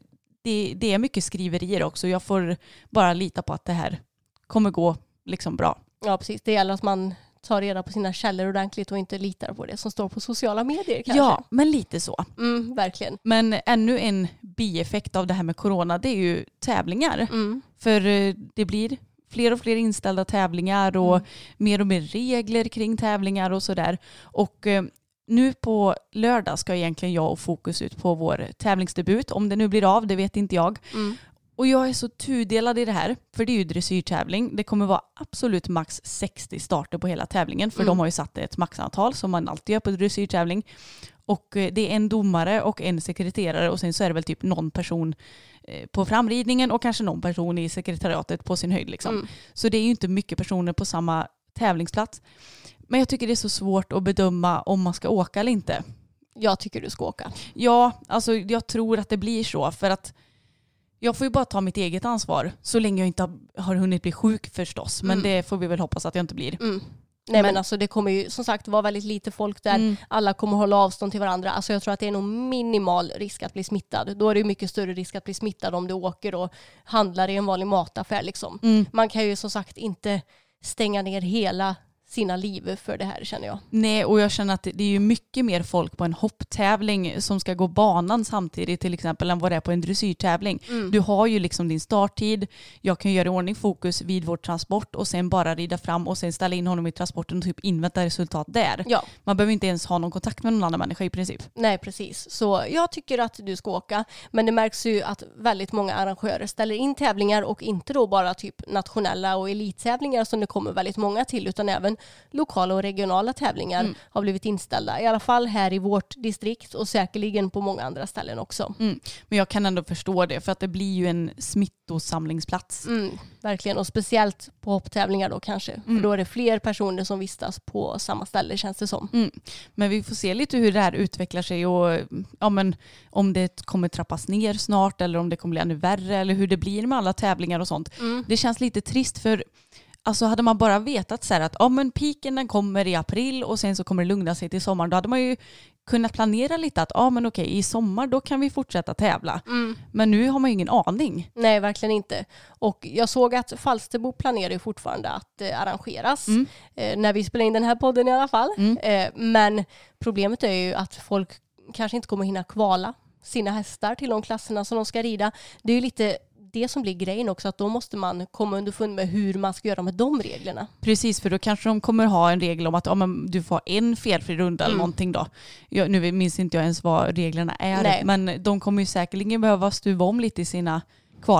det, det är mycket skriverier också. Jag får bara lita på att det här kommer gå liksom bra. Ja, precis. Det gäller att man tar reda på sina källor ordentligt och inte litar på det som står på sociala medier kanske. Ja, men lite så. Mm, verkligen. Men ännu en bieffekt av det här med corona, det är ju tävlingar. Mm. För det blir fler och fler inställda tävlingar och mm. mer och mer regler kring tävlingar och sådär. Och eh, nu på lördag ska egentligen jag och Fokus ut på vår tävlingsdebut. Om det nu blir av, det vet inte jag. Mm. Och jag är så tudelad i det här, för det är ju dressyrtävling. Det kommer vara absolut max sextio starter på hela tävlingen, för mm. de har ju satt ett maxantal som man alltid gör på dressyrtävling. Och det är en domare och en sekreterare, och sen så är det väl typ någon person på framridningen och kanske någon person i sekretariatet på sin höjd liksom. Mm. Så det är ju inte mycket personer på samma tävlingsplats. Men jag tycker det är så svårt att bedöma om man ska åka eller inte. Jag tycker du ska åka. Ja, alltså jag tror att det blir så, för att jag får ju bara ta mitt eget ansvar så länge jag inte har hunnit bli sjuk förstås. Men mm. det får vi väl hoppas att jag inte blir. Mm. Nej men, men alltså det kommer ju som sagt vara väldigt lite folk där. Mm. Alla kommer hålla avstånd till varandra. Alltså jag tror att det är nog minimal risk att bli smittad. Då är det ju mycket större risk att bli smittad om du åker och handlar i en vanlig mataffär liksom. Mm. Man kan ju som sagt inte stänga ner hela sina liv för det här, känner jag. Nej, och jag känner att det är ju mycket mer folk på en hopptävling som ska gå banan samtidigt till exempel än vad det är på en dressyrtävling. Mm. Du har ju liksom din starttid. Jag kan göra i ordning Fokus vid vår transport och sen bara rida fram och sen ställa in honom i transporten och typ invänta resultat där. Ja. Man behöver inte ens ha någon kontakt med någon annan människa i princip. Nej, precis. Så jag tycker att du ska åka. Men det märks ju att väldigt många arrangörer ställer in tävlingar, och inte då bara typ nationella och elittävlingar som det kommer väldigt många till, utan även lokala och regionala tävlingar mm. har blivit inställda. I alla fall här i vårt distrikt och säkerligen på många andra ställen också. Mm. Men jag kan ändå förstå det, för att det blir ju en smittosamlingsplats. Mm, verkligen, och speciellt på hopptävlingar då kanske. Mm. För då är det fler personer som vistas på samma ställe, känns det som. Mm. Men vi får se lite hur det här utvecklar sig och ja, men, om det kommer trappas ner snart eller om det kommer bli ännu värre eller hur det blir med alla tävlingar och sånt. Mm. Det känns lite trist, för alltså hade man bara vetat så här att ja, men piken den kommer i april och sen så kommer det lugna sig till sommaren, då hade man ju kunnat planera lite att ja, men okej, i sommar då kan vi fortsätta tävla. Mm. Men nu har man ju ingen aning. Nej, verkligen inte. Och jag såg att Falsterbo planerar ju fortfarande att eh, arrangeras. Mm. Eh, när vi spelar in den här podden i alla fall. Mm. Eh, men problemet är ju att folk kanske inte kommer hinna kvala sina hästar till de klasserna som de ska rida. Det är ju lite det som blir grejen också, att då måste man komma underfund med hur man ska göra med de reglerna. Precis, för då kanske de kommer ha en regel om att ja, men du får en felfri runda mm. eller någonting då. Jag, nu minns inte jag ens vad reglerna är. Nej. Men de kommer ju säkerligen behöva stuva om lite i sina kvalregler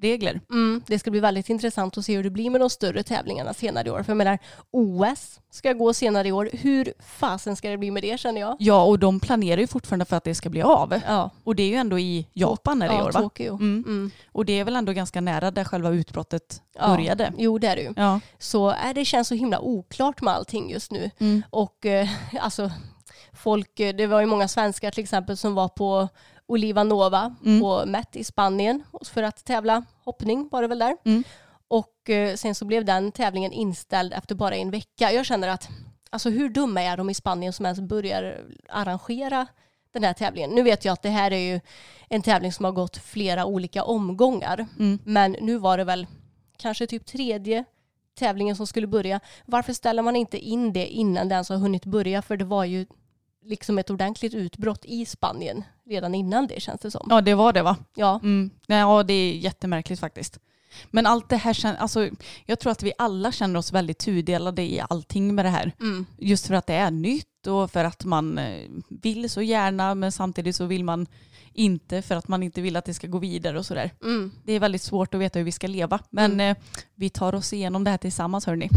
regler. Mm, det ska bli väldigt intressant att se hur det blir med de större tävlingarna senare i år. För jag menar, O S ska gå senare i år. Hur fasen ska det bli med det, känner jag? Ja, och de planerar ju fortfarande för att det ska bli av. Ja. Och det är ju ändå i Japan när det är ja, år, va? Tokyo. Mm. Mm. Och det är väl ändå ganska nära där själva utbrottet Ja. började. Jo, det är det ju. Ja. Så äh, det känns så himla oklart med allting just nu. Mm. Och eh, alltså, folk, det var ju många svenskar till exempel som var på Oliva Nova Mm. på Met i Spanien för att tävla hoppning, var det väl där. Mm. Och eh, sen så blev den tävlingen inställd efter bara en vecka. Jag känner att, alltså hur dumma är de i Spanien som ens börjar arrangera den här tävlingen? Nu vet jag att det här är ju en tävling som har gått flera olika omgångar. Mm. Men nu var det väl kanske typ tredje tävlingen som skulle börja. Varför ställer man inte in det innan den har hunnit börja? För det var ju liksom ett ordentligt utbrott i Spanien redan innan det, känns det som. Ja, det var det, va? Ja. Mm. Ja, det är jättemärkligt faktiskt. Men allt det här, kän- alltså, jag tror att vi alla känner oss väldigt tudelade i allting med det här. Mm. Just för att det är nytt och för att man eh, vill så gärna, men samtidigt så vill man inte för att man inte vill att det ska gå vidare och sådär. Mm. Det är väldigt svårt att veta hur vi ska leva. Men Mm. eh, vi tar oss igenom det här tillsammans, hörni.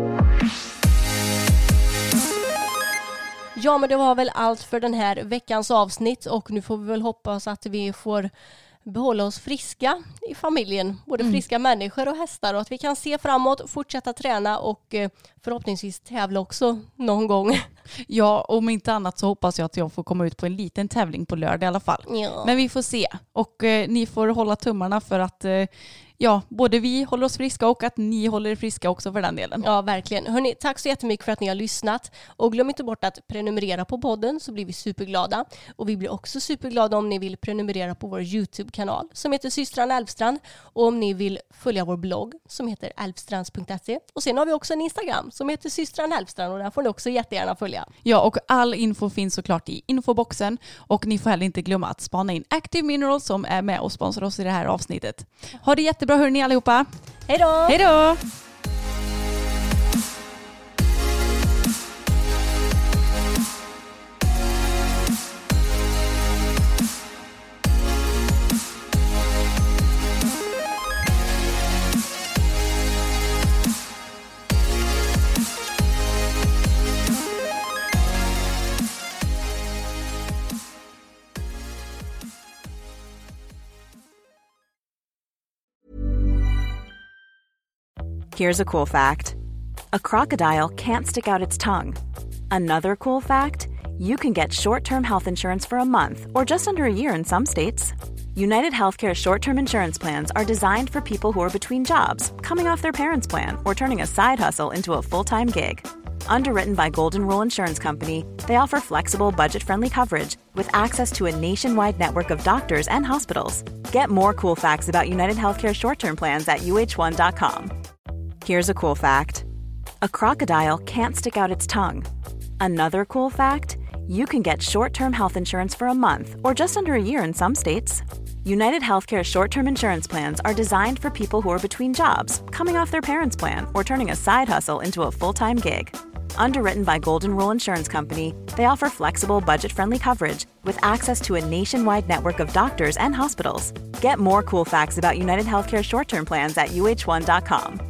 Ja, men det var väl allt för den här veckans avsnitt och nu får vi väl hoppas att vi får behålla oss friska i familjen, både Mm. friska människor och hästar, och att vi kan se framåt, fortsätta träna och eh, förhoppningsvis tävla också någon gång. Ja, om inte annat så hoppas jag att jag får komma ut på en liten tävling på lördag i alla fall. Ja. Men vi får se. Och eh, ni får hålla tummarna för att eh, ja, både vi håller oss friska och att ni håller er friska också för den delen. Ja, verkligen. Hörrni, tack så jättemycket för att ni har lyssnat. Och glöm inte bort att prenumerera på podden, så blir vi superglada. Och vi blir också superglada om ni vill prenumerera på vår YouTube-kanal som heter Systrarna Älvstrand. Och om ni vill följa vår blogg som heter älvstrands punkt se. Och sen har vi också en Instagram som heter Systrarna Älvstrand, och där får ni också jättegärna följa. Ja, och all info finns såklart i infoboxen. Och ni får heller inte glömma att spana in Active Minerals som är med och sponsrar oss i det här avsnittet. Ha det jättebra, hörni allihopa. Hej då! Hej då! Here's a cool fact. A crocodile can't stick out its tongue. Another cool fact, you can get short-term health insurance for a month or just under a year in some states. United Healthcare short-term insurance plans are designed for people who are between jobs, coming off their parents' plan, or turning a side hustle into a full-time gig. Underwritten by Golden Rule Insurance Company, they offer flexible, budget-friendly coverage with access to a nationwide network of doctors and hospitals. Get more cool facts about United Healthcare short-term plans at U H one dot com. Here's a cool fact. A crocodile can't stick out its tongue. Another cool fact, you can get short-term health insurance for a month or just under a year in some states. United Healthcare short-term insurance plans are designed for people who are between jobs, coming off their parents' plan, or turning a side hustle into a full-time gig. Underwritten by Golden Rule Insurance Company, they offer flexible, budget-friendly coverage with access to a nationwide network of doctors and hospitals. Get more cool facts about United Healthcare short-term plans at U H one dot com.